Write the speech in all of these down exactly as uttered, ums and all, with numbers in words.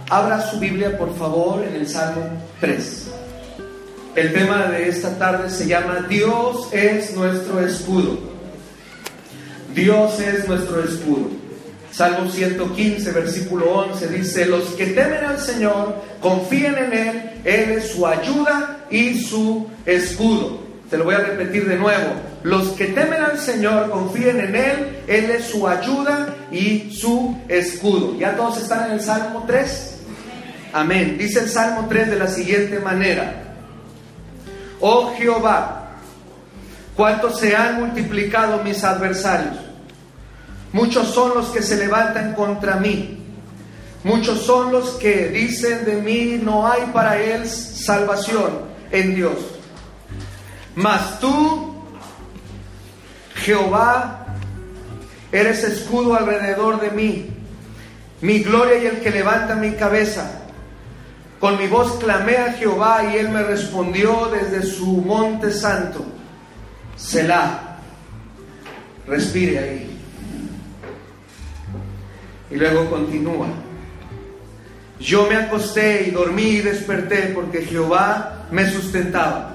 Abra su Biblia, por favor, en el Salmo tres. El tema de esta tarde se llama Dios es nuestro escudo. Dios es nuestro escudo. Salmo ciento quince, versículo once dice: los que temen al Señor confíen en Él, Él es su ayuda y su escudo. Te lo voy a repetir de nuevo. Los que temen al Señor confíen en Él, Él es su ayuda y su escudo. ¿Ya todos están en el Salmo tres? Amén. Dice el Salmo tres de la siguiente manera: oh Jehová, cuánto se han multiplicado mis adversarios. Muchos son los que se levantan contra mí. Muchos son los que dicen de mí: no hay para él salvación en Dios. Mas tú, Jehová, eres escudo alrededor de mí, mi gloria y el que levanta mi cabeza. Con mi voz clamé a Jehová y él me respondió desde su monte santo. Selah. Respire ahí. Y luego continúa: yo me acosté y dormí y desperté, porque Jehová me sustentaba.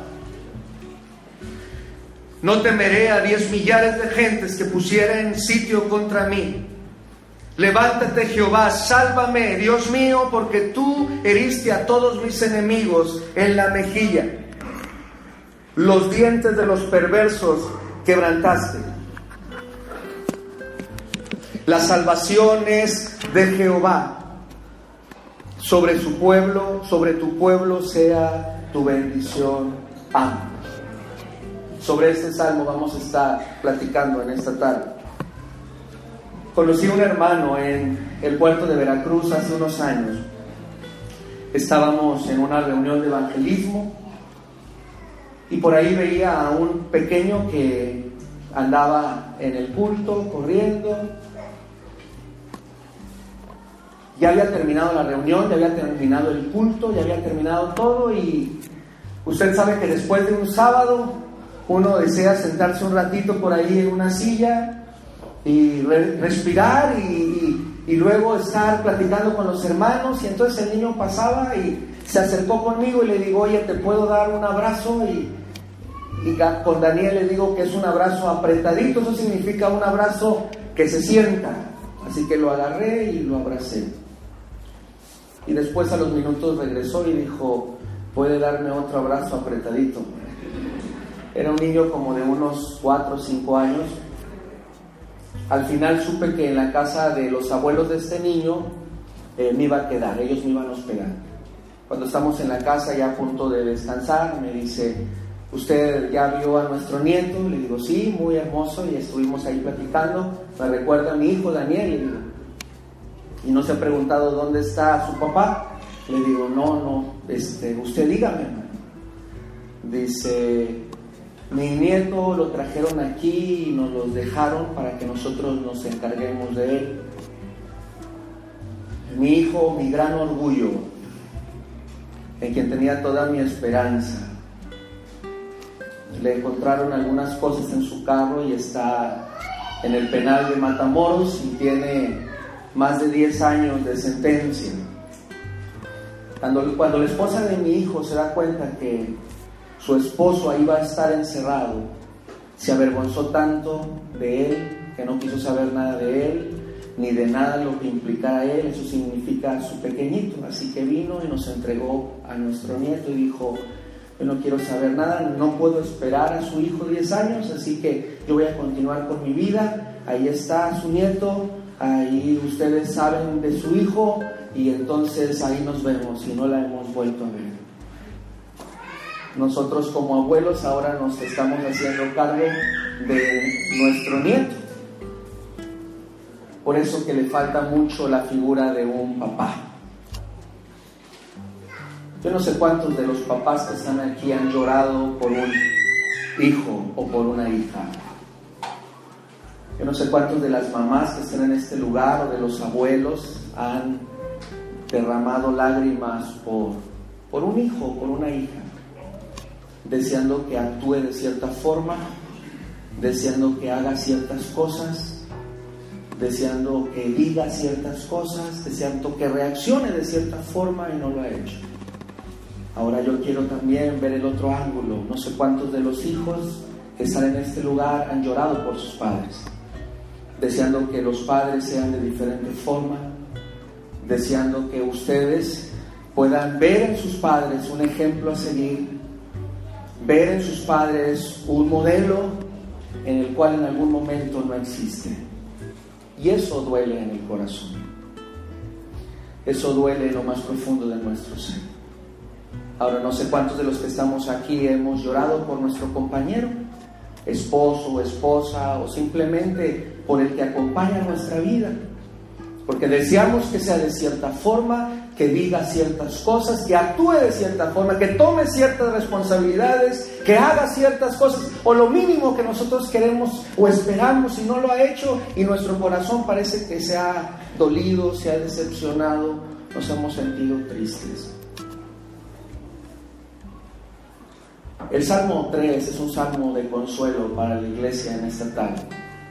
No temeré a diez millares de gentes que pusieren sitio contra mí. Levántate, Jehová, sálvame, Dios mío, porque tú heriste a todos mis enemigos en la mejilla. Los dientes de los perversos quebrantaste. La salvación es de Jehová. Sobre su pueblo, sobre tu pueblo sea tu bendición. Amén. Sobre este salmo vamos a estar platicando en esta tarde. Conocí a un hermano en el puerto de Veracruz hace unos años. Estábamos en una reunión de evangelismo y por ahí veía a un pequeño que andaba en el culto, corriendo. Ya había terminado la reunión, ya había terminado el culto, ya había terminado todo, y usted sabe que después de un sábado uno desea sentarse un ratito por ahí en una silla y re- respirar y, y, y luego estar platicando con los hermanos. Y entonces el niño pasaba y se acercó conmigo y le digo: oye, ¿te puedo dar un abrazo? Y, y con Daniel le digo que es un abrazo apretadito, eso significa un abrazo que se sienta. Así que lo agarré y lo abracé. Y después a los minutos regresó y dijo: ¿puede darme otro abrazo apretadito? Era un niño como de unos cuatro o cinco años. Al final supe que en la casa de los abuelos de este niño eh, me iba a quedar, ellos me iban a hospedar. Cuando estamos en la casa ya a punto de descansar, me dice: ¿usted ya vio a nuestro nieto? Le digo: sí, muy hermoso, y estuvimos ahí platicando. Me recuerda a mi hijo Daniel, le digo. ¿Y no se ha preguntado dónde está su papá? Le digo: no, no, este, usted dígame, hermano. Dice: mi nieto lo trajeron aquí y nos los dejaron para que nosotros nos encarguemos de él. Mi hijo, mi gran orgullo, en quien tenía toda mi esperanza. Le encontraron algunas cosas en su carro y está en el penal de Matamoros y tiene más de diez años de sentencia. Cuando, cuando la esposa de mi hijo se da cuenta que su esposo ahí va a estar encerrado, se avergonzó tanto de él que no quiso saber nada de él, ni de nada lo que implicara él. Eso significa su pequeñito. Así que vino y nos entregó a nuestro nieto y dijo: yo no quiero saber nada, no puedo esperar a su hijo diez años, así que yo voy a continuar con mi vida. Ahí está su nieto, ahí ustedes saben de su hijo, y entonces ahí nos vemos, y no la hemos vuelto a ver. Nosotros como abuelos ahora nos estamos haciendo cargo de nuestro nieto. Por eso que le falta mucho la figura de un papá. Yo no sé cuántos de los papás que están aquí han llorado por un hijo o por una hija. Yo no sé cuántos de las mamás que están en este lugar o de los abuelos han derramado lágrimas por, por un hijo o por una hija, deseando que actúe de cierta forma, deseando que haga ciertas cosas, deseando que diga ciertas cosas, deseando que reaccione de cierta forma y no lo ha hecho. Ahora yo quiero también ver el otro ángulo. No sé cuántos de los hijos que están en este lugar han llorado por sus padres, deseando que los padres sean de diferente forma, deseando que ustedes puedan ver en sus padres un ejemplo a seguir, ver en sus padres un modelo en el cual en algún momento no existe. Y eso duele en el corazón. Eso duele en lo más profundo de nuestro ser. Ahora, no sé cuántos de los que estamos aquí hemos llorado por nuestro compañero, esposo o esposa, o simplemente por el que acompaña nuestra vida, porque deseamos que sea de cierta forma, que diga ciertas cosas, que actúe de cierta forma, que tome ciertas responsabilidades, que haga ciertas cosas, o lo mínimo que nosotros queremos o esperamos y no lo ha hecho, y nuestro corazón parece que se ha dolido, se ha decepcionado, nos hemos sentido tristes. El Salmo tres es un salmo de consuelo para la iglesia en esta tarde.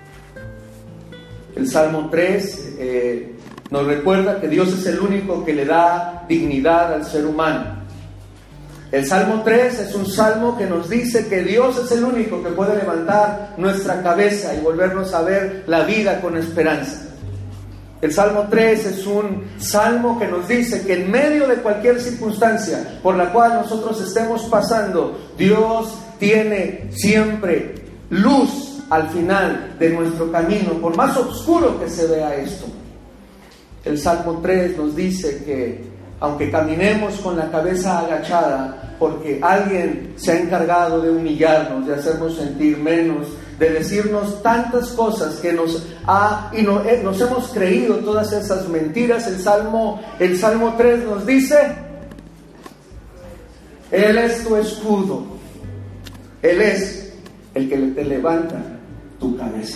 El Salmo tres eh, nos recuerda que Dios es el único que le da dignidad al ser humano. El Salmo tres es un salmo que nos dice que Dios es el único que puede levantar nuestra cabeza y volvernos a ver la vida con esperanza. El Salmo tres es un salmo que nos dice que en medio de cualquier circunstancia por la cual nosotros estemos pasando, Dios tiene siempre luz al final de nuestro camino, por más oscuro que se vea esto. El Salmo tres nos dice que aunque caminemos con la cabeza agachada, porque alguien se ha encargado de humillarnos, de hacernos sentir menos, de decirnos tantas cosas que nos ha y no, eh, nos hemos creído todas esas mentiras, el Salmo, el Salmo tres nos dice: Él es tu escudo, Él es el que te levanta tu cabeza.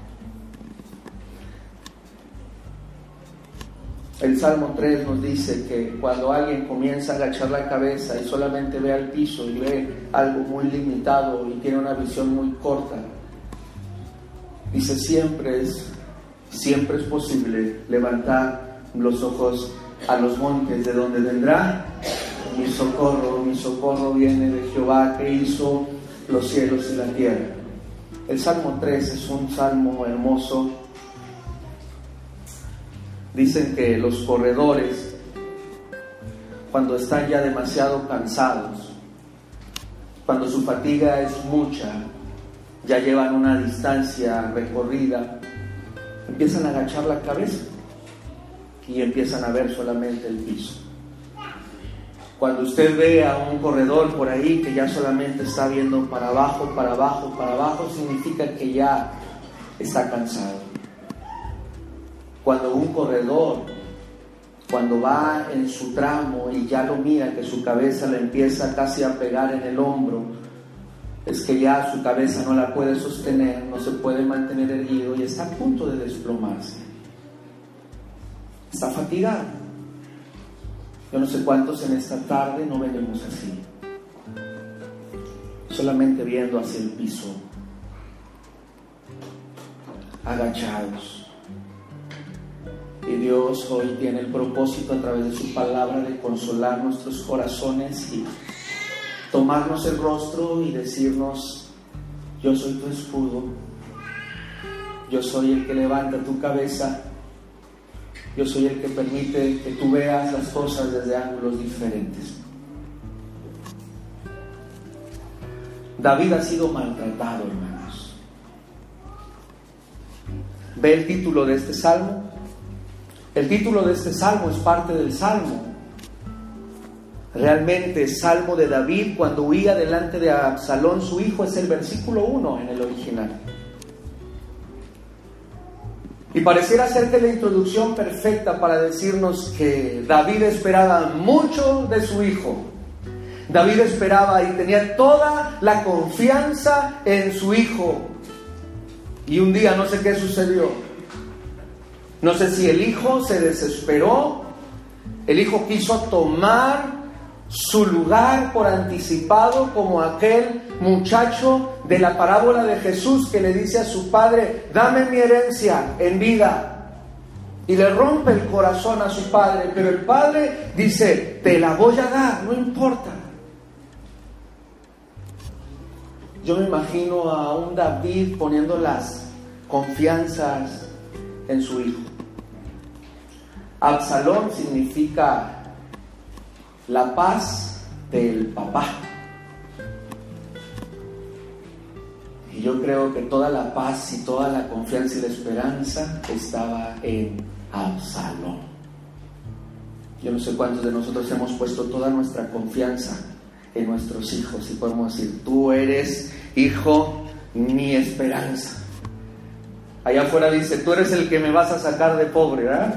El Salmo tres nos dice que cuando alguien comienza a agachar la cabeza y solamente ve al piso y ve algo muy limitado y tiene una visión muy corta, dice siempre es, siempre es posible levantar los ojos a los montes, de donde vendrá mi socorro. Mi socorro viene de Jehová, que hizo los cielos y la tierra. El Salmo tres es un salmo hermoso. Dicen que los corredores, cuando están ya demasiado cansados, cuando su fatiga es mucha, ya llevan una distancia recorrida, empiezan a agachar la cabeza y empiezan a ver solamente el piso. Cuando usted ve a un corredor por ahí que ya solamente está viendo para abajo, para abajo, para abajo, significa que ya está cansado. Cuando un corredor, cuando va en su tramo y ya lo mira que su cabeza le empieza casi a pegar en el hombro, es que ya su cabeza no la puede sostener, no se puede mantener erguido y está a punto de desplomarse. Está fatigado. Yo no sé cuántos en esta tarde no venimos así, solamente viendo hacia el piso, agachados. Y Dios hoy tiene el propósito a través de su palabra de consolar nuestros corazones y tomarnos el rostro y decirnos: yo soy tu escudo, yo soy el que levanta tu cabeza, yo soy el que permite que tú veas las cosas desde ángulos diferentes. David ha sido maltratado, hermanos. ¿Ve el título de este salmo? El título de este salmo es parte del salmo. Realmente, salmo de David cuando huía delante de Absalón, su hijo, es el versículo uno en el original. Y pareciera ser que la introducción perfecta para decirnos que David esperaba mucho de su hijo. David esperaba y tenía toda la confianza en su hijo. Y un día no sé qué sucedió. No sé si el hijo se desesperó, el hijo quiso tomar su lugar por anticipado, como aquel muchacho de la parábola de Jesús que le dice a su padre: dame mi herencia en vida. y le rompe el corazón a su padre, pero el padre dice, te la voy a dar, no importa. Yo me imagino a un David poniendo las confianzas en su hijo. Absalón significa la paz del papá. Y yo creo que toda la paz y toda la confianza y la esperanza estaba en Absalón. Yo no sé cuántos de nosotros hemos puesto toda nuestra confianza en nuestros hijos y podemos decir, tú eres, hijo, mi esperanza. Allá afuera dice, tú eres el que me vas a sacar de pobre, ¿verdad?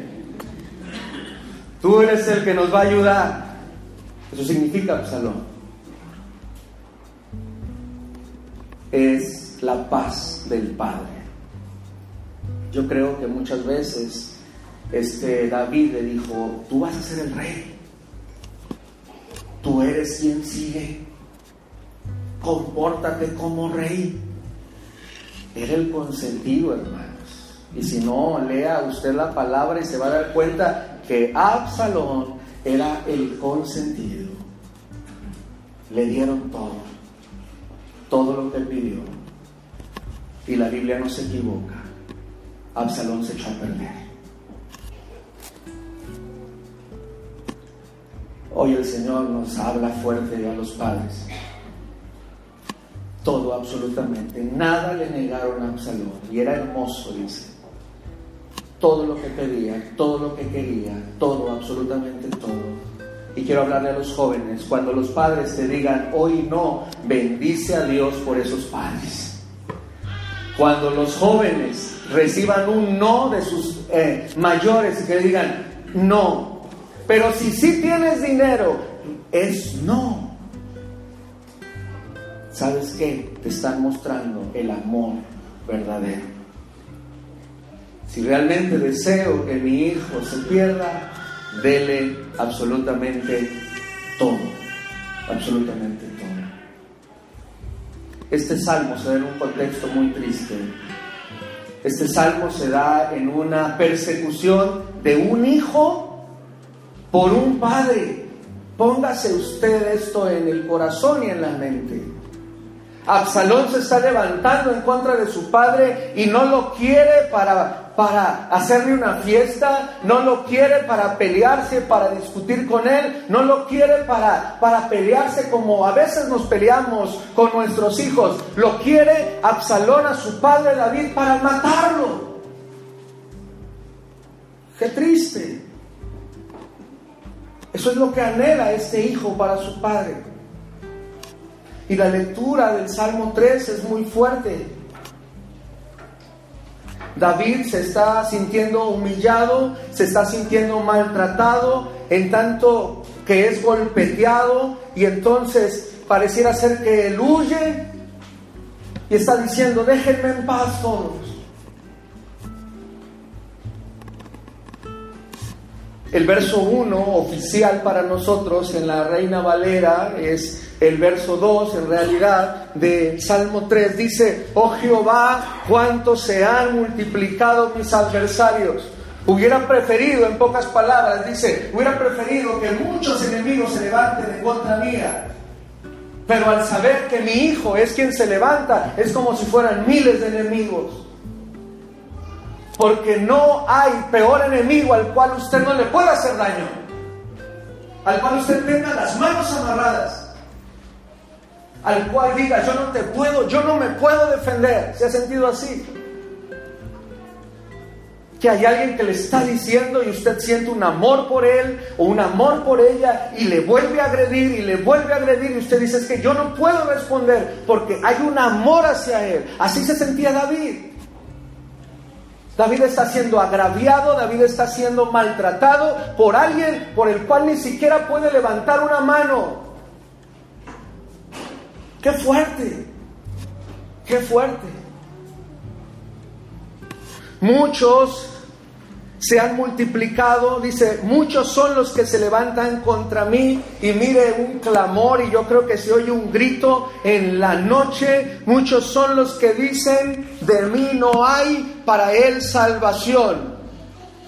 Tú eres el que nos va a ayudar. Eso significa Absalón. Es la paz del Padre. Yo creo que muchas veces este David le dijo, tú vas a ser el rey, tú eres quien sigue, compórtate como rey. Era el consentido, hermanos. Y si no, lea usted la palabra y se va a dar cuenta que Absalón era el consentido. Le dieron todo, todo lo que él pidió. Y la Biblia no se equivoca. Absalón se echó a perder. Hoy el Señor nos habla fuerte a los padres. Todo, absolutamente, nada le negaron a Absalón. Y era hermoso, dice. Todo lo que pedía, todo lo que quería, todo, absolutamente todo. Y quiero hablarle a los jóvenes, cuando los padres te digan, hoy no, bendice a Dios por esos padres. Cuando los jóvenes reciban un no de sus eh, mayores y que digan, no, pero si sí tienes dinero, es no. ¿Sabes qué? Te están mostrando el amor verdadero. Si realmente deseo que mi hijo se pierda, dele absolutamente todo, absolutamente todo. Este salmo se da en un contexto muy triste. Este salmo se da en una persecución de un hijo por un padre. Póngase usted esto en el corazón y en la mente. Absalón se está levantando en contra de su padre y no lo quiere para, para hacerle una fiesta, no lo quiere para pelearse, para discutir con él, no lo quiere para, para pelearse como a veces nos peleamos con nuestros hijos. Lo quiere Absalón a su padre David para matarlo. ¡Qué triste! Eso es lo que anhela este hijo para su padre. Y la lectura del Salmo tres es muy fuerte. David se está sintiendo humillado, se está sintiendo maltratado, en tanto que es golpeteado, y entonces pareciera ser que él huye y está diciendo, déjenme en paz todos. El verso uno oficial para nosotros en la Reina Valera es el verso dos, en realidad, de Salmo tres. Dice, oh Jehová, cuánto se han multiplicado mis adversarios. Hubiera preferido, en pocas palabras, dice, hubiera preferido que muchos enemigos se levanten en contra mía. Pero al saber que mi hijo es quien se levanta, es como si fueran miles de enemigos. Porque no hay peor enemigo al cual usted no le pueda hacer daño, al cual usted tenga las manos amarradas, al cual diga, yo no te puedo, yo no me puedo defender. ¿Se ha sentido así? Que hay alguien que le está diciendo y usted siente un amor por él o un amor por ella y le vuelve a agredir y le vuelve a agredir y usted dice, es que yo no puedo responder porque hay un amor hacia él. Así se sentía David. David está siendo agraviado, David está siendo maltratado por alguien por el cual ni siquiera puede levantar una mano. ¡Qué fuerte! ¡Qué fuerte! Muchos se han multiplicado, dice, muchos son los que se levantan contra mí, y mire un clamor, y yo creo que se oye un grito en la noche. Muchos son los que dicen, de mí no hay para él salvación.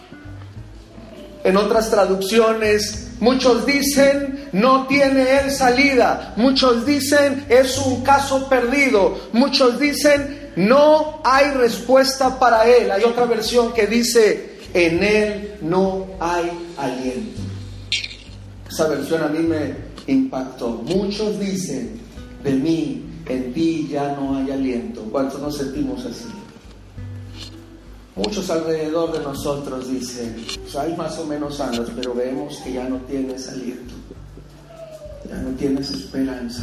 En otras traducciones, muchos dicen, no tiene él salida. Muchos dicen, es un caso perdido. Muchos dicen, no hay respuesta para él. Hay otra versión que dice, en él no hay aliento. Esa versión a mí me impactó. Muchos dicen, de mí, en ti ya no hay aliento. ¿Cuántos nos sentimos así? Muchos alrededor de nosotros dicen, pues hay más o menos años, pero vemos que ya no tienes aliento, ya no tienes esperanza.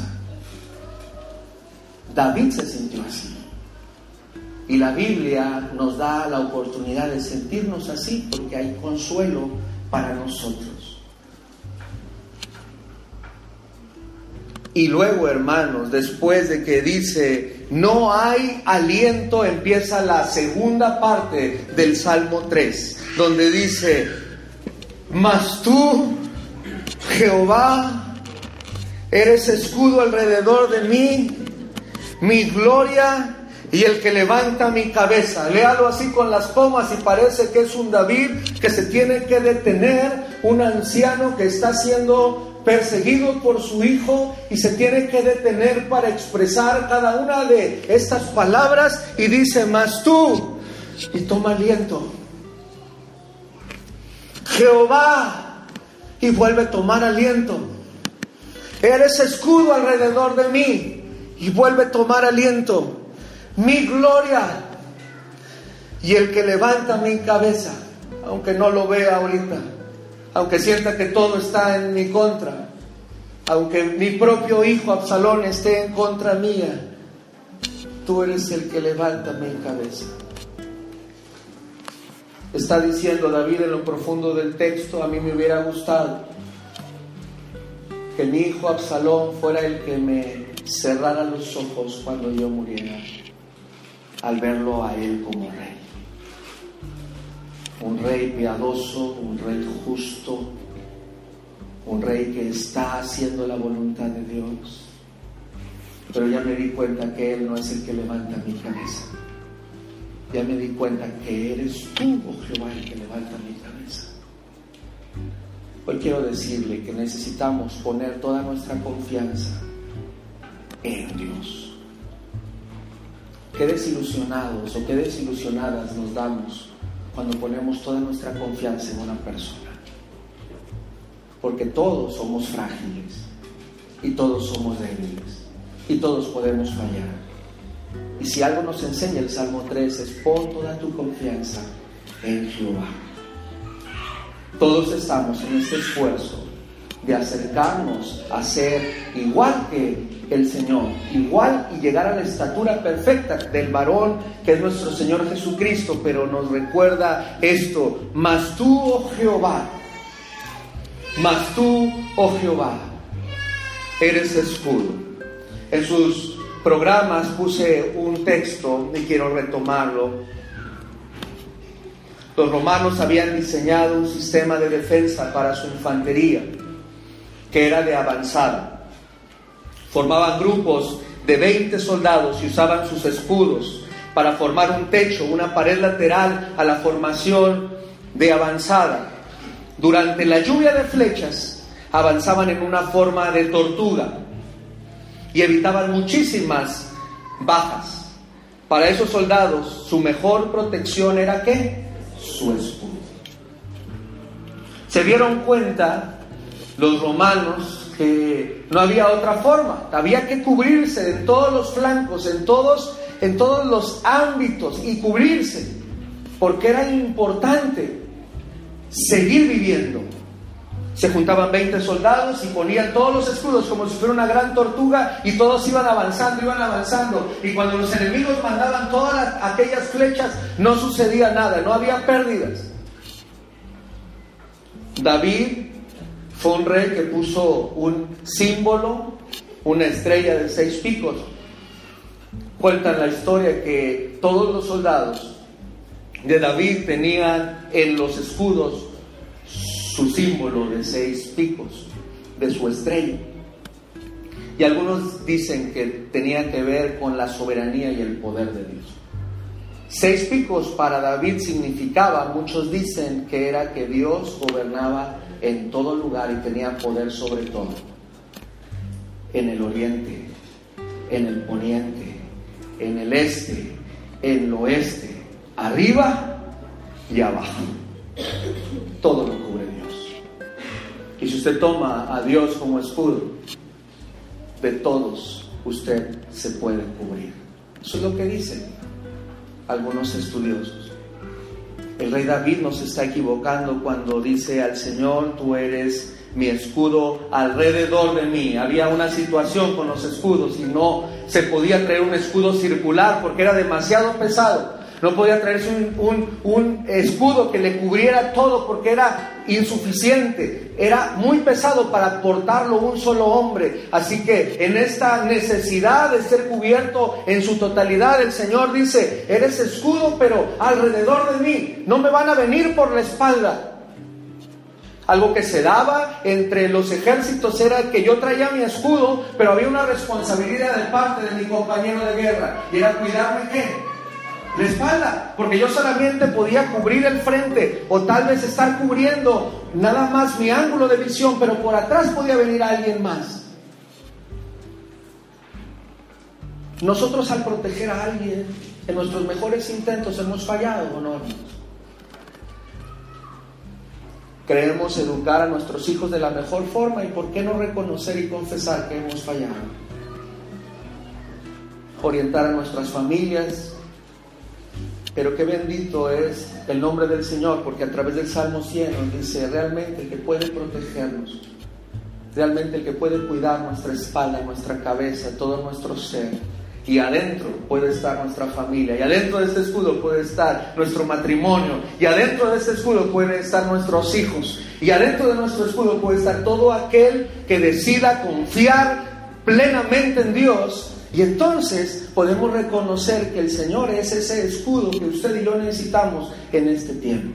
David se sintió así. Y la Biblia nos da la oportunidad de sentirnos así porque hay consuelo para nosotros. Y luego, hermanos, después de que dice, no hay aliento, empieza la segunda parte del Salmo tres, donde dice, mas tú, Jehová, eres escudo alrededor de mí, mi gloria y el que levanta mi cabeza. Léalo así con las comas y parece que es un David que se tiene que detener, un anciano que está siendo perseguido por su hijo y se tiene que detener para expresar cada una de estas palabras y dice, mas tú, y toma aliento, Jehová, y vuelve a tomar aliento, eres escudo alrededor de mí, y vuelve a tomar aliento, mi gloria y el que levanta mi cabeza, aunque no lo vea ahorita, aunque sienta que todo está en mi contra, aunque mi propio hijo Absalón esté en contra mía, tú eres el que levanta mi cabeza. Está diciendo David en lo profundo del texto, a mí me hubiera gustado que mi hijo Absalón fuera el que me cerrara los ojos cuando yo muriera, al verlo a él como rey. Un rey piadoso, un rey justo, un rey que está haciendo la voluntad de Dios. Pero ya me di cuenta que Él no es el que levanta mi cabeza. Ya me di cuenta que eres tú, oh Jehová, el que levanta mi cabeza. Hoy quiero decirle que necesitamos poner toda nuestra confianza en Dios. Qué desilusionados o qué desilusionadas nos damos cuando ponemos toda nuestra confianza en una persona. Porque todos somos frágiles y todos somos débiles y todos podemos fallar. Y si algo nos enseña el Salmo tres es pon toda tu confianza en Jehová. Todos estamos en este esfuerzo de acercarnos a ser igual que el Señor, igual y llegar a la estatura perfecta del varón que es nuestro Señor Jesucristo, pero nos recuerda esto, mas tú, oh Jehová, mas tú, oh Jehová, eres escudo. En sus programas puse un texto y quiero retomarlo. Los romanos habían diseñado un sistema de defensa para su infantería que era de avanzada. Formaban grupos de veinte soldados y usaban sus escudos para formar un techo, una pared lateral a la formación de avanzada. Durante la lluvia de flechas avanzaban en una forma de tortuga y evitaban muchísimas bajas. Para esos soldados su mejor protección era ¿qué? Su escudo. Se dieron cuenta los romanos que no había otra forma, había que cubrirse en todos los flancos, en todos, en todos los ámbitos y cubrirse, porque era importante seguir viviendo. Se juntaban veinte soldados y ponían todos los escudos como si fuera una gran tortuga y todos iban avanzando, iban avanzando, y cuando los enemigos mandaban todas las, aquellas flechas no sucedía nada, no había pérdidas. David fue un rey que puso un símbolo, una estrella de seis picos. Cuentan la historia que todos los soldados de David tenían en los escudos su símbolo de seis picos, de su estrella. Y algunos dicen que tenía que ver con la soberanía y el poder de Dios. Seis picos para David significaba, muchos dicen que era que Dios gobernaba en todo lugar y tenía poder sobre todo. En el oriente, en el poniente, en el este, en el oeste, arriba y abajo. Todo lo cubre Dios. Y si usted toma a Dios como escudo, de todos usted se puede cubrir. Eso es lo que dicen algunos estudiosos. El rey David no se está equivocando cuando dice al Señor: tú eres mi escudo alrededor de mí. Había una situación con los escudos y no se podía traer un escudo circular porque era demasiado pesado. No podía traerse un, un, un escudo que le cubriera todo porque era insuficiente. Era muy pesado para portarlo un solo hombre. Así que en esta necesidad de ser cubierto en su totalidad, el Señor dice: eres escudo, pero alrededor de mí. No me van a venir por la espalda. Algo que se daba entre los ejércitos era que yo traía mi escudo, pero había una responsabilidad de parte de mi compañero de guerra, y era cuidarme ¿qué? La espalda, porque yo solamente podía cubrir el frente, o tal vez estar cubriendo nada más mi ángulo de visión, pero por atrás podía venir alguien más. Nosotros, al proteger a alguien, en nuestros mejores intentos hemos fallado, ¿o no, hermanos? Creemos educar a nuestros hijos de la mejor forma, y ¿por qué no reconocer y confesar que hemos fallado? Orientar a nuestras familias. Pero qué bendito es el nombre del Señor, porque a través del Salmo cien nos dice: realmente el que puede protegernos, realmente el que puede cuidar nuestra espalda, nuestra cabeza, todo nuestro ser, y adentro puede estar nuestra familia, y adentro de este escudo puede estar nuestro matrimonio, y adentro de este escudo pueden estar nuestros hijos, y adentro de nuestro escudo puede estar todo aquel que decida confiar plenamente en Dios. Y entonces podemos reconocer que el Señor es ese escudo que usted y yo necesitamos en este tiempo.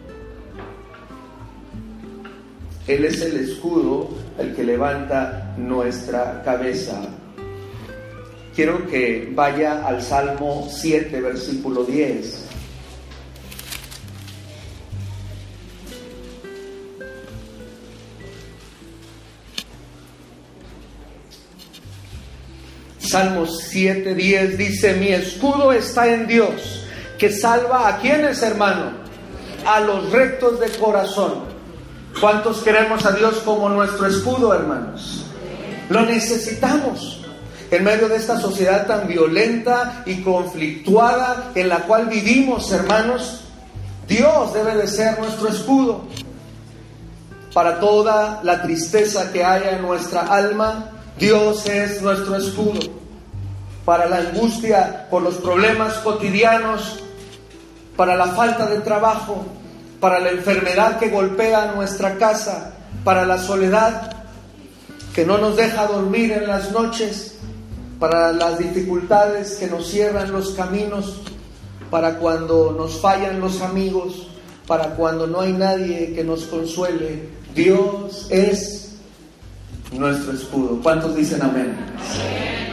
Él es el escudo, el que levanta nuestra cabeza. Quiero que vaya al Salmo siete, versículo diez. Salmos siete diez dice: mi escudo está en Dios, que salva ¿a quiénes, hermano? A los rectos de corazón. ¿Cuántos queremos a Dios como nuestro escudo, hermanos? Lo necesitamos en medio de esta sociedad tan violenta y conflictuada en la cual vivimos, hermanos. Dios debe de ser nuestro escudo. Para toda la tristeza que haya en nuestra alma, Dios es nuestro escudo. Para la angustia por los problemas cotidianos, para la falta de trabajo, para la enfermedad que golpea nuestra casa, para la soledad que no nos deja dormir en las noches, para las dificultades que nos cierran los caminos, para cuando nos fallan los amigos, para cuando no hay nadie que nos consuele. Dios es nuestro escudo. ¿Cuántos dicen amén? Amén.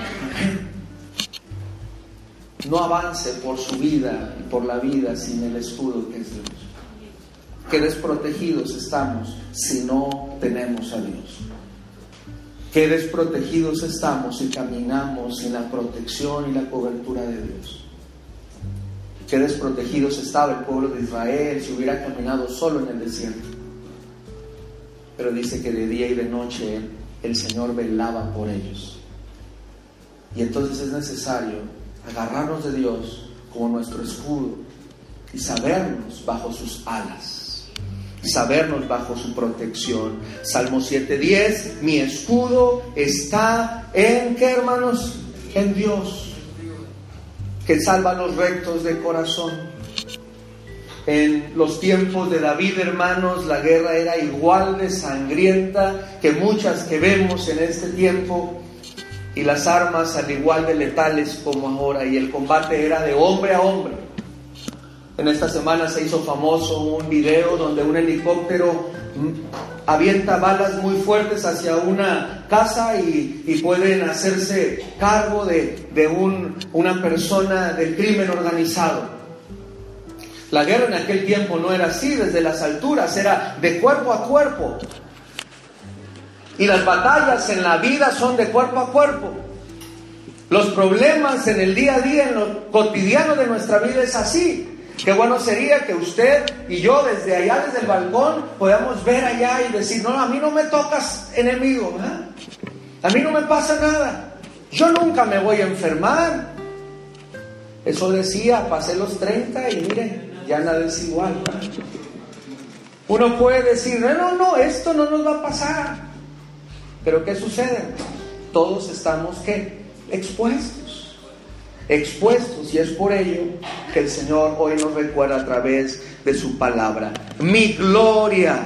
No avance por su vida y por la vida sin el escudo que es Dios. Qué desprotegidos estamos si no tenemos a Dios. Qué desprotegidos estamos si caminamos sin la protección y la cobertura de Dios. Qué desprotegidos estaba el pueblo de Israel si hubiera caminado solo en el desierto. Pero dice que de día y de noche el Señor velaba por ellos. Y entonces es necesario agarrarnos de Dios como nuestro escudo y sabernos bajo sus alas, sabernos bajo su protección. Salmo siete diez: mi escudo está en ¿qué, hermanos? En Dios, que salva a los rectos de corazón. En los tiempos de David, hermanos, la guerra era igual de sangrienta que muchas que vemos en este tiempo, y las armas al igual de letales como ahora, y el combate era de hombre a hombre. En esta semana se hizo famoso un video donde un helicóptero avienta balas muy fuertes hacia una casa y, y pueden hacerse cargo de, de un, una persona del crimen organizado. La guerra en aquel tiempo no era así, desde las alturas, era de cuerpo a cuerpo. Y las batallas en la vida son de cuerpo a cuerpo. Los problemas en el día a día, en lo cotidiano de nuestra vida es así. Qué bueno sería que usted y yo desde allá, desde el balcón, podamos ver allá y decir, no, a mí no me tocas, enemigo, ¿verdad? A mí no me pasa nada. Yo nunca me voy a enfermar. Eso decía, pasé los treinta y miren, ya nada es igual, ¿verdad? Uno puede decir, no, no, no, esto no nos va a pasar. Pero ¿qué sucede? Todos estamos, ¿qué? Expuestos. Expuestos, y es por ello que el Señor hoy nos recuerda a través de su palabra. Mi gloria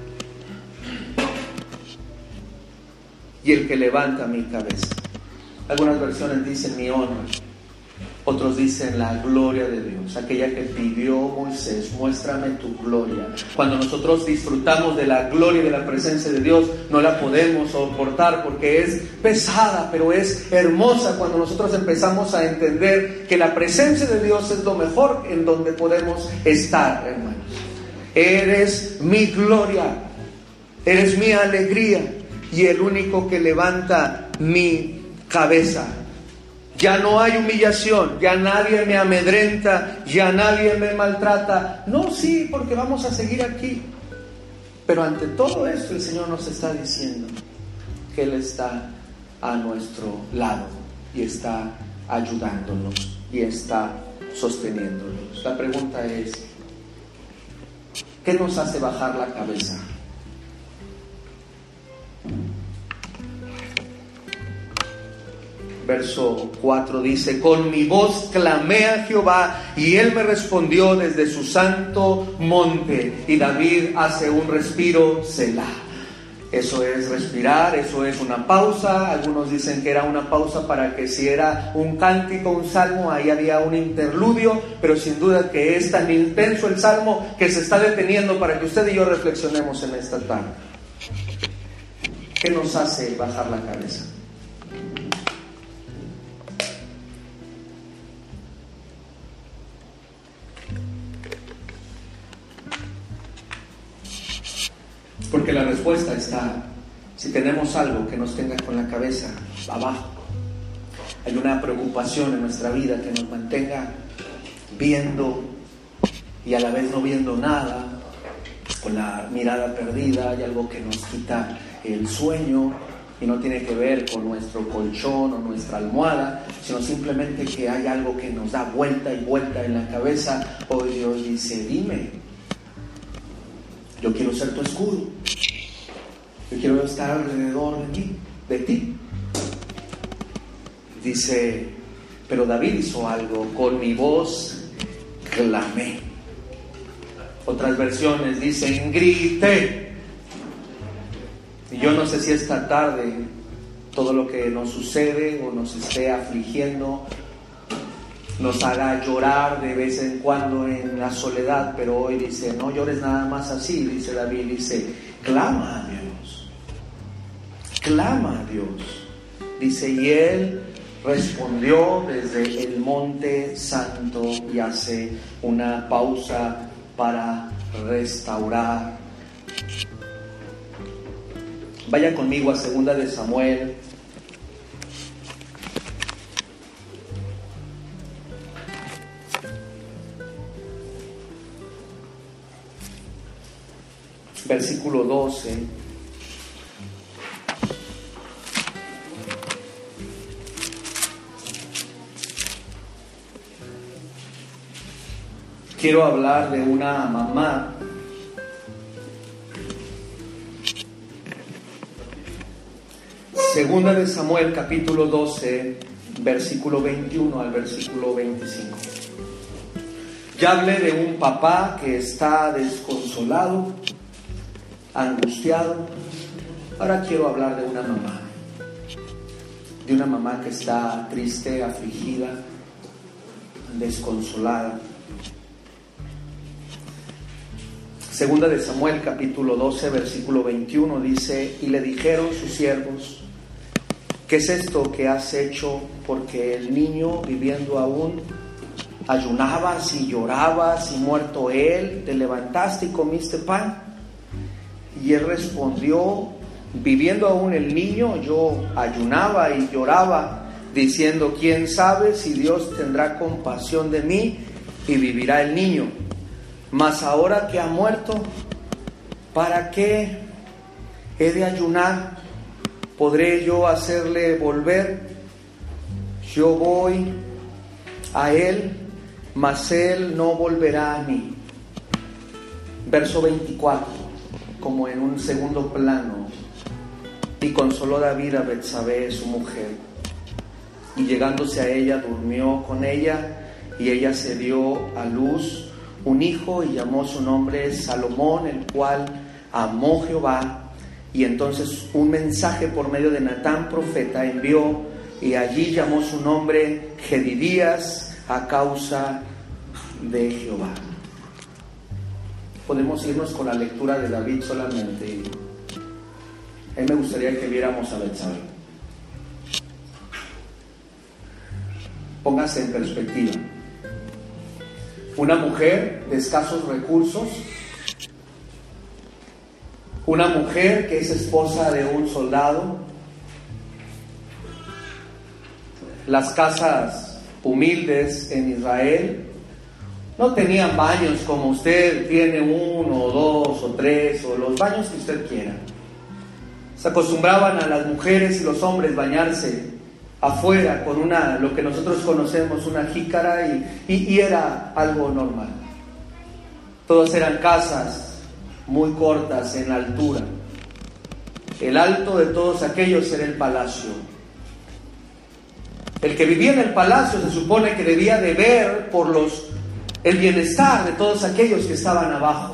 y el que levanta mi cabeza. Algunas versiones dicen mi honra, otros dicen la gloria de Dios, aquella que pidió Moisés, muéstrame tu gloria. Cuando nosotros disfrutamos de la gloria y de la presencia de Dios, no la podemos soportar porque es pesada, pero es hermosa cuando nosotros empezamos a entender que la presencia de Dios es lo mejor en donde podemos estar, hermanos. Eres mi gloria, eres mi alegría y el único que levanta mi cabeza. Ya no hay humillación, ya nadie me amedrenta, ya nadie me maltrata. No, sí, porque vamos a seguir aquí. Pero ante todo esto el Señor nos está diciendo que Él está a nuestro lado y está ayudándonos y está sosteniéndonos. La pregunta es, ¿qué nos hace bajar la cabeza? Verso cuatro dice, con mi voz clamé a Jehová y Él me respondió desde su santo monte. Y David hace un respiro, Selah. Eso es respirar, eso es una pausa. Algunos dicen que era una pausa para que si era un cántico, un salmo, ahí había un interludio, pero sin duda que es tan intenso el salmo que se está deteniendo para que usted y yo reflexionemos en esta tarde. ¿Qué nos hace bajar la cabeza? Porque la respuesta está, si tenemos algo que nos tenga con la cabeza abajo, hay una preocupación en nuestra vida que nos mantenga viendo y a la vez no viendo nada, con la mirada perdida, hay algo que nos quita el sueño y no tiene que ver con nuestro colchón o nuestra almohada, sino simplemente que hay algo que nos da vuelta y vuelta en la cabeza. Hoy Dios dice, dime, yo quiero ser tu escudo. Yo quiero estar alrededor de ti, de ti. Dice, pero David hizo algo, con mi voz clamé. Otras versiones dicen, grité. Y yo no sé si esta tarde todo lo que nos sucede o nos esté afligiendo nos haga llorar de vez en cuando en la soledad, pero hoy dice, no llores nada más así, dice David, dice, clama a Dios, clama a Dios, dice, y Él respondió desde el monte santo y hace una pausa para restaurar. Vaya conmigo a segunda de Samuel, versículo doce. Quiero hablar de una mamá Segunda de Samuel, capítulo doce, versículo veintiuno al versículo veinticinco. Ya hablé de un papá que está desconsolado, angustiado. Ahora quiero hablar de una mamá, de una mamá que está triste, afligida, desconsolada. Segunda de Samuel, capítulo doce, versículo veintiuno, dice, y le dijeron sus siervos, ¿qué es esto que has hecho? Porque el niño, viviendo aún, ayunabas y llorabas y muerto él, te levantaste y comiste pan. Y él respondió, viviendo aún el niño, yo ayunaba y lloraba, diciendo, ¿quién sabe si Dios tendrá compasión de mí y vivirá el niño? Mas ahora que ha muerto, ¿para qué he de ayunar? ¿Podré yo hacerle volver? Yo voy a él, mas él no volverá a mí. Verso veinticuatro, como en un segundo plano. Y consoló David a Betsabé, su mujer, y llegándose a ella, durmió con ella, y ella se dio a luz un hijo, y llamó su nombre Salomón, el cual amó Jehová. Y entonces un mensaje por medio de Natán, profeta, envió, y allí llamó su nombre Jedidías, a causa de Jehová. Podemos irnos con la lectura de David solamente. A mí me gustaría que viéramos a Betsabé. Póngase en perspectiva. Una mujer de escasos recursos, una mujer que es esposa de un soldado. Las casas humildes en Israel no tenían baños como usted tiene, uno o dos o tres, o los baños que usted quiera. Se acostumbraban a las mujeres y los hombres bañarse afuera con una, lo que nosotros conocemos, una jícara, y, y, y era algo normal. Todas eran casas muy cortas en altura. El alto de todos aquellos era el palacio. El que vivía en el palacio se supone que debía de ver por los, el bienestar de todos aquellos que estaban abajo.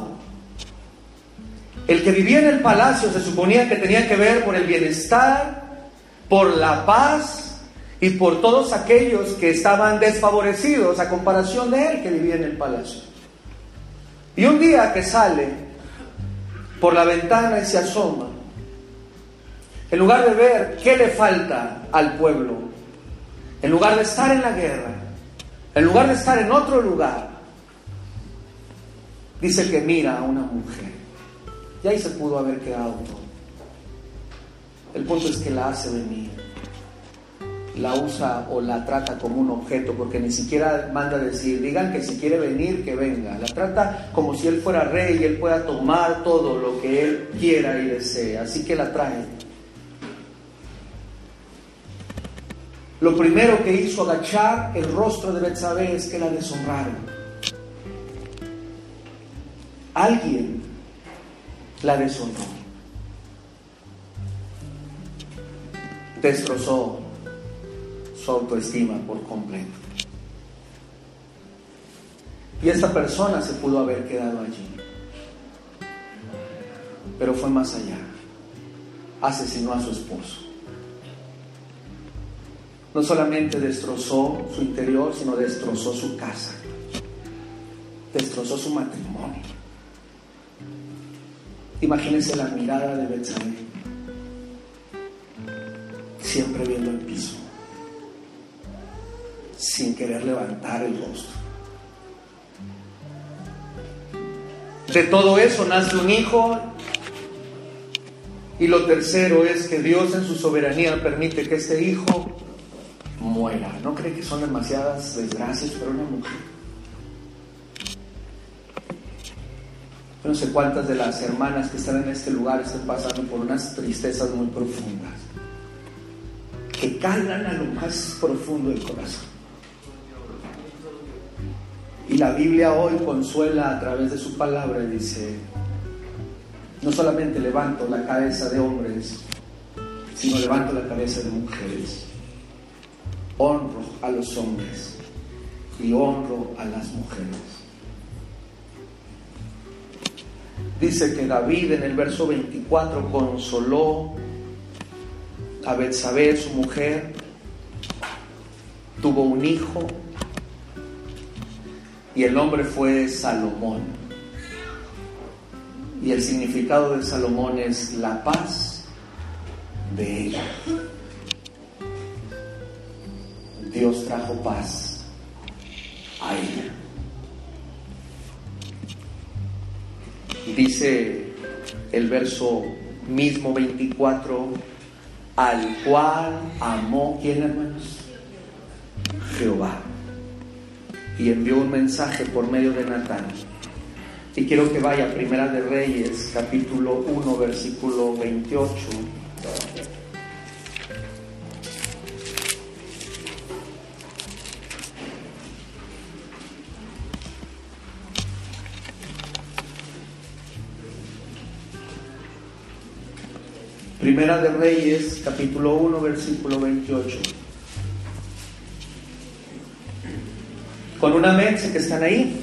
El que vivía en el palacio se suponía que tenía que ver por el bienestar, por la paz y por todos aquellos que estaban desfavorecidos a comparación de él que vivía en el palacio. Y un día que sale por la ventana y se asoma, en lugar de ver qué le falta al pueblo, en lugar de estar en la guerra, en lugar de estar en otro lugar, dice que mira a una mujer. Y ahí se pudo haber quedado todo. El punto es que la hace venir. La usa o la trata como un objeto, porque ni siquiera manda a decir, digan que si quiere venir, que venga. La trata como si él fuera rey y él pueda tomar todo lo que él quiera y desee. Así que la trae. Lo primero que hizo agachar el rostro de Betsabé es que la deshonraron. Alguien la deshonró. Destrozó su autoestima por completo. Y esta persona se pudo haber quedado allí, pero fue más allá. Asesinó a su esposo. No solamente destrozó su interior, sino destrozó su casa, destrozó su matrimonio. Imagínense la mirada de Betsabé, siempre viendo el piso, sin querer levantar el rostro. De todo eso nace un hijo, y lo tercero es que Dios en su soberanía permite que este hijo muera. ¿No cree que son demasiadas desgracias para una mujer? Yo no sé cuántas de las hermanas que están en este lugar están pasando por unas tristezas muy profundas, que calan a lo más profundo del corazón. Y la Biblia hoy consuela a través de su palabra y dice, no solamente levanto la cabeza de hombres, sino levanto la cabeza de mujeres. Honro a los hombres y honro a las mujeres. Dice que David en el verso veinticuatro consoló a Betsabé, su mujer, tuvo un hijo y el nombre fue Salomón. Y el significado de Salomón es la paz de ella. Dios trajo paz a ella. Dice el verso mismo veinticuatro, al cual amó, ¿quién, hermanos? Jehová. Y envió un mensaje por medio de Natán. Y quiero que vaya a Primera de Reyes, capítulo uno, versículo veintiocho. Primera de Reyes, capítulo uno, versículo veintiocho. Con una mente que están ahí.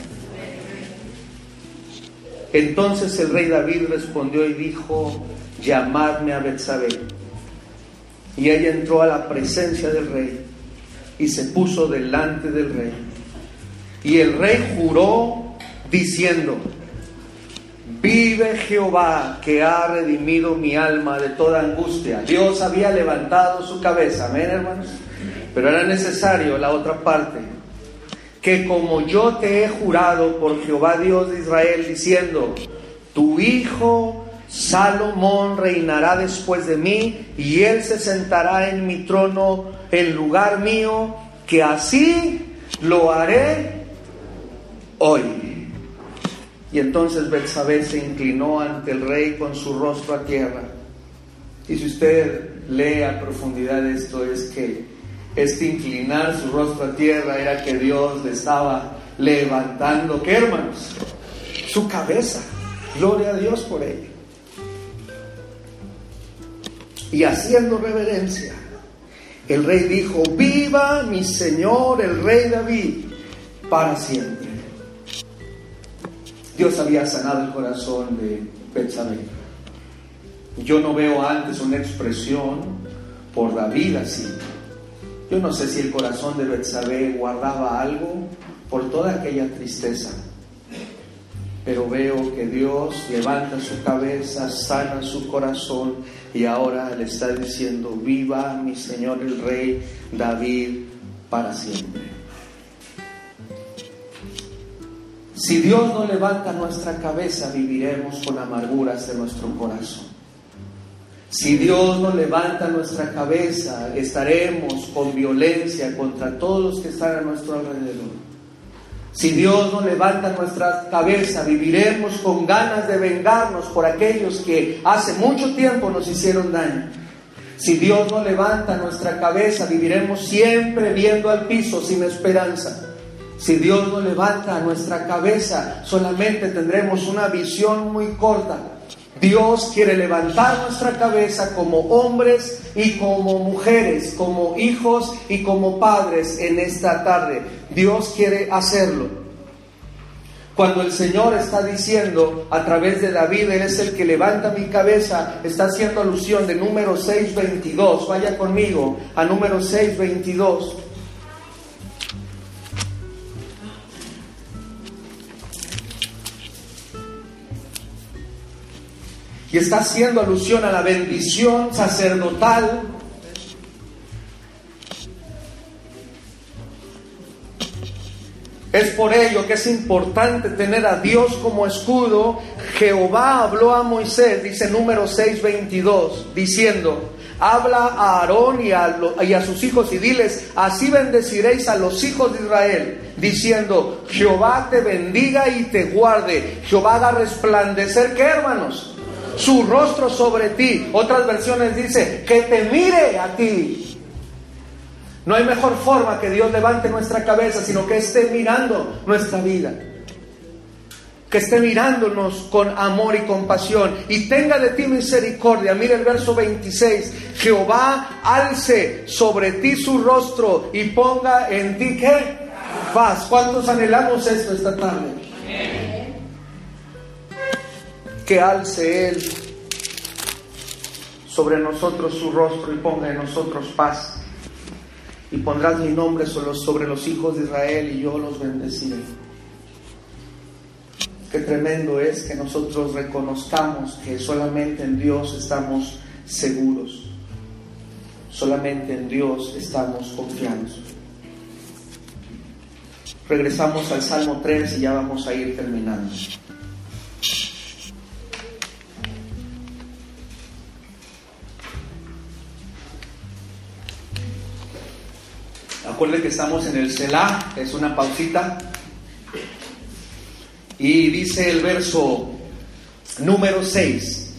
Entonces el rey David respondió y dijo, llamadme a Betsabé. Y ella entró a la presencia del rey y se puso delante del rey. Y el rey juró diciendo, vive Jehová, que ha redimido mi alma de toda angustia. Dios había levantado su cabeza, amén, hermanos. Pero era necesario la otra parte, que como yo te he jurado por Jehová Dios de Israel, diciendo, tu hijo Salomón reinará después de mí, y él se sentará en mi trono en lugar mío, que así lo haré hoy. Y entonces Betsabé se inclinó ante el rey con su rostro a tierra. Y si usted lee a profundidad esto, es que este inclinar su rostro a tierra era que Dios le estaba levantando, ¿qué, hermanos? Su cabeza. Gloria a Dios por ello. Y haciendo reverencia, el rey dijo, viva mi señor el rey David para siempre. Dios había sanado el corazón de Betsabé. Yo no veo antes una expresión por David así. Yo no sé si el corazón de Betsabé guardaba algo por toda aquella tristeza, pero veo que Dios levanta su cabeza, sana su corazón, y ahora le está diciendo, viva mi Señor el Rey David para siempre. Si Dios no levanta nuestra cabeza, viviremos con amarguras de nuestro corazón. Si Dios no levanta nuestra cabeza, estaremos con violencia contra todos los que están a nuestro alrededor. Si Dios no levanta nuestra cabeza, viviremos con ganas de vengarnos por aquellos que hace mucho tiempo nos hicieron daño. Si Dios no levanta nuestra cabeza, viviremos siempre viendo al piso sin esperanza. Si Dios no levanta nuestra cabeza, solamente tendremos una visión muy corta. Dios quiere levantar nuestra cabeza como hombres y como mujeres, como hijos y como padres en esta tarde. Dios quiere hacerlo. Cuando el Señor está diciendo a través de David, Él es el que levanta mi cabeza, está haciendo alusión de número seis veintidós. Vaya conmigo a número seis veintidós. Y está haciendo alusión a la bendición sacerdotal Es por ello que es importante tener a Dios como escudo. Jehová habló a Moisés, dice número seis veintidós, diciendo: habla a Aarón y a, lo, y a sus hijos y diles: así bendeciréis a los hijos de Israel, diciendo: Jehová te bendiga y te guarde. Jehová haga resplandecer, ¿qué, hermanos? Su rostro sobre ti. Otras versiones dice: que te mire a ti. No hay mejor forma que Dios levante nuestra cabeza, sino que esté mirando nuestra vida, que esté mirándonos con amor y compasión, y tenga de ti misericordia. Mira el verso veintiséis: Jehová alce sobre ti su rostro y ponga en ti, ¿qué? Paz. ¿Cuántos anhelamos esto esta tarde? Que alce Él sobre nosotros su rostro y ponga en nosotros paz. Y pondrás mi nombre sobre los hijos de Israel y yo los bendeciré. Qué tremendo es que nosotros reconozcamos que solamente en Dios estamos seguros. Solamente en Dios estamos confiados. regresamos al Salmo tres y ya vamos a ir terminando. Acuérdense que estamos en el Selah, es una pausita. Y dice el verso número seis,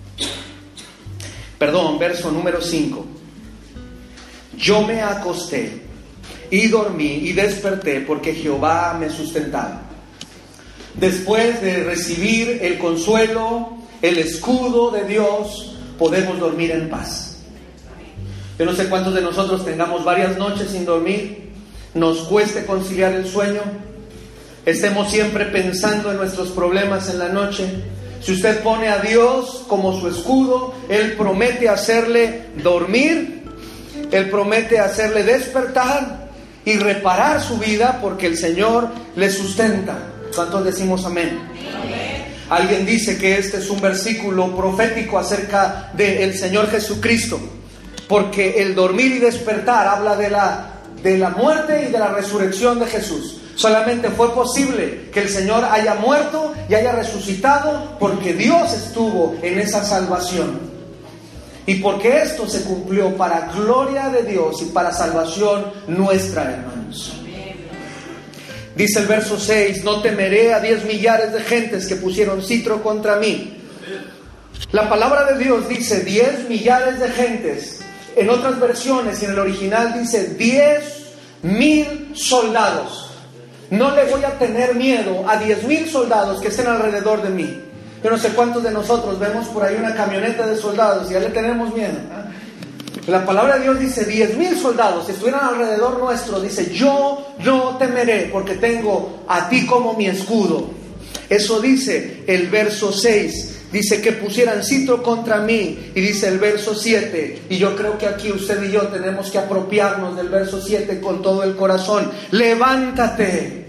perdón, verso número cinco. Yo me acosté y dormí y desperté porque Jehová me sustentaba. Después de recibir el consuelo, el escudo de Dios, podemos dormir en paz. Yo no sé cuántos de nosotros tengamos varias noches sin dormir, nos cueste conciliar el sueño, estemos siempre pensando en nuestros problemas en la noche. Si usted pone a Dios como su escudo, Él promete hacerle dormir, Él promete hacerle despertar y reparar su vida, porque el Señor le sustenta. ¿Cuántos decimos amén? Amén. Alguien dice que este es un versículo profético acerca del Señor Jesucristo, porque el dormir y despertar habla de la, de la muerte y de la resurrección de Jesús. Solamente fue posible que el Señor haya muerto y haya resucitado porque Dios estuvo en esa salvación. Y porque esto se cumplió para gloria de Dios y para salvación nuestra, hermanos. Dice el verso seis: no temeré a diez millares de gentes que pusieron citro contra mí. La palabra de Dios dice diez millares de gentes. En otras versiones y en el original dice diez mil soldados. No le voy a tener miedo a diez mil soldados que estén alrededor de mí. Yo no sé cuántos de nosotros vemos por ahí una camioneta de soldados y ya le tenemos miedo. La palabra de Dios dice diez mil soldados, si estuvieran alrededor nuestro, dice yo no temeré porque tengo a ti como mi escudo. Eso dice el verso seis. Dice que pusieran citro contra mí. Y dice el verso siete. Y yo creo que aquí usted y yo tenemos que apropiarnos del verso siete con todo el corazón. Levántate,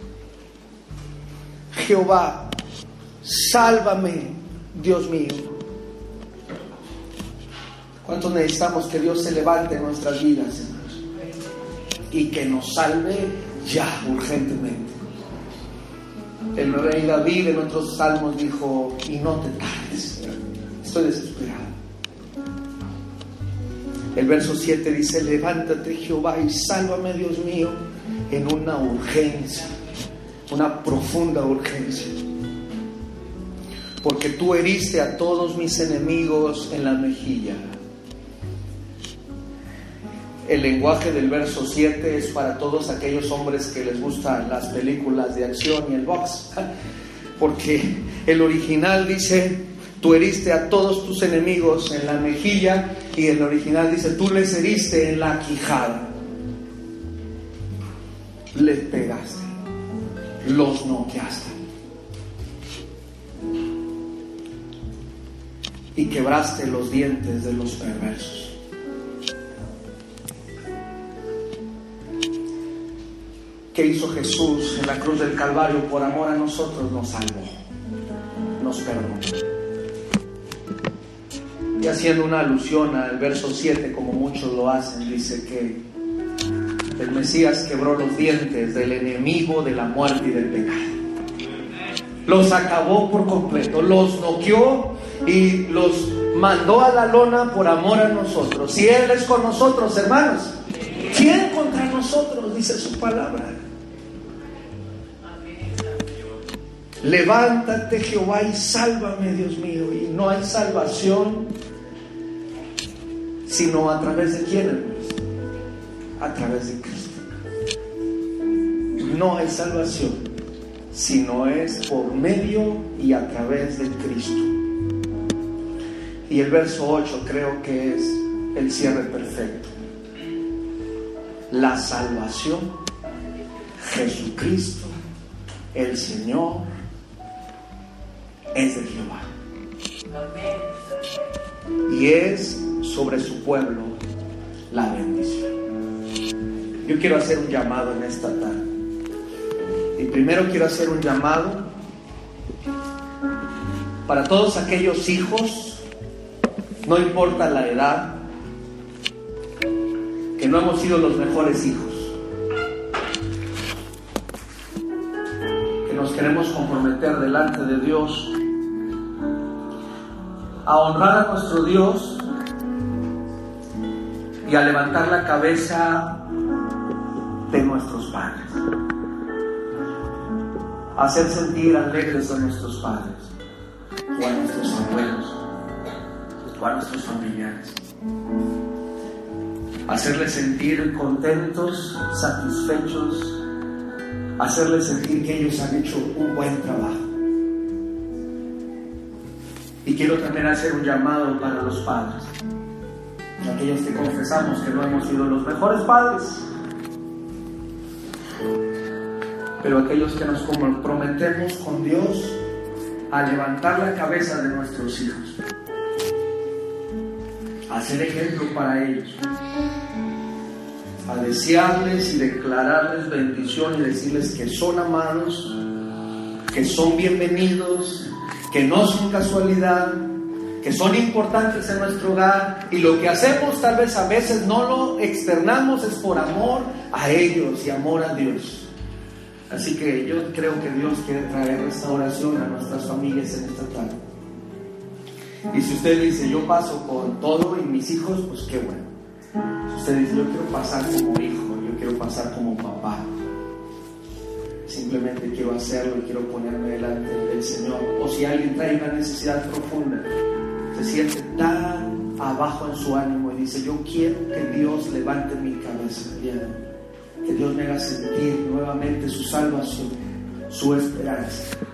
Jehová, sálvame, Dios mío. ¿Cuántos necesitamos que Dios se levante en nuestras vidas, hermanos? Y que nos salve ya, urgentemente. El rey David en otros salmos dijo: y no te tardes, estoy desesperado. El verso siete dice: levántate, Jehová, y sálvame, Dios mío, en una urgencia, una profunda urgencia. Porque tú heriste a todos mis enemigos en la mejilla. El lenguaje del verso siete es para todos aquellos hombres que les gustan las películas de acción y el box, porque el original dice: tú heriste a todos tus enemigos en la mejilla, y el original dice: tú les heriste en la quijada. Les pegaste, los noqueaste y quebraste los dientes de los perversos. ¿Qué hizo Jesús en la cruz del Calvario? Por amor a nosotros nos salvó, nos perdonó. Y haciendo una alusión al verso siete, como muchos lo hacen, dice que el Mesías quebró los dientes del enemigo de la muerte y del pecado. Los acabó por completo, los noqueó y los mandó a la lona por amor a nosotros. Si Él es con nosotros, hermanos, ¿quién contra nosotros? Dice su palabra. Levántate, Jehová, y sálvame, Dios mío. Y no hay salvación sino a través de quién, hermanos? A través de Cristo. No hay salvación sino es por medio y a través de Cristo. Y el verso ocho creo que es el cierre perfecto. La salvación, Jesucristo, el Señor, es de Jehová. Y es sobre su pueblo la bendición. Yo quiero hacer un llamado en esta tarde. Y primero quiero hacer un llamado para todos aquellos hijos, no importa la edad, que no hemos sido los mejores hijos. nos queremos comprometer delante de Dios a honrar a nuestro Dios y a levantar la cabeza de nuestros padres, a hacer sentir alegres a nuestros padres o a nuestros abuelos o a nuestros familiares, hacerles sentir contentos, satisfechos, hacerles sentir que ellos han hecho un buen trabajo. Y quiero también hacer un llamado para los padres, aquellos que confesamos que no hemos sido los mejores padres, pero aquellos que nos comprometemos con Dios a levantar la cabeza de nuestros hijos, a ser ejemplo para ellos, a desearles y declararles bendición y decirles que son amados, que son bienvenidos, que no son casualidad, que son importantes en nuestro hogar, y lo que hacemos tal vez a veces no lo externamos, es por amor a ellos y amor a Dios. Así que yo creo que Dios quiere traer restauración a nuestras familias en esta tarde. Y si usted dice, yo paso con todo y mis hijos, pues qué bueno. Si usted dice, yo quiero pasar como hijo, yo quiero pasar como papá, simplemente quiero hacerlo y quiero ponerme delante del Señor. O si alguien trae una necesidad profunda, se siente tan abajo en su ánimo y dice, yo quiero que Dios levante mi cabeza, que Dios me haga sentir nuevamente su salvación, su esperanza.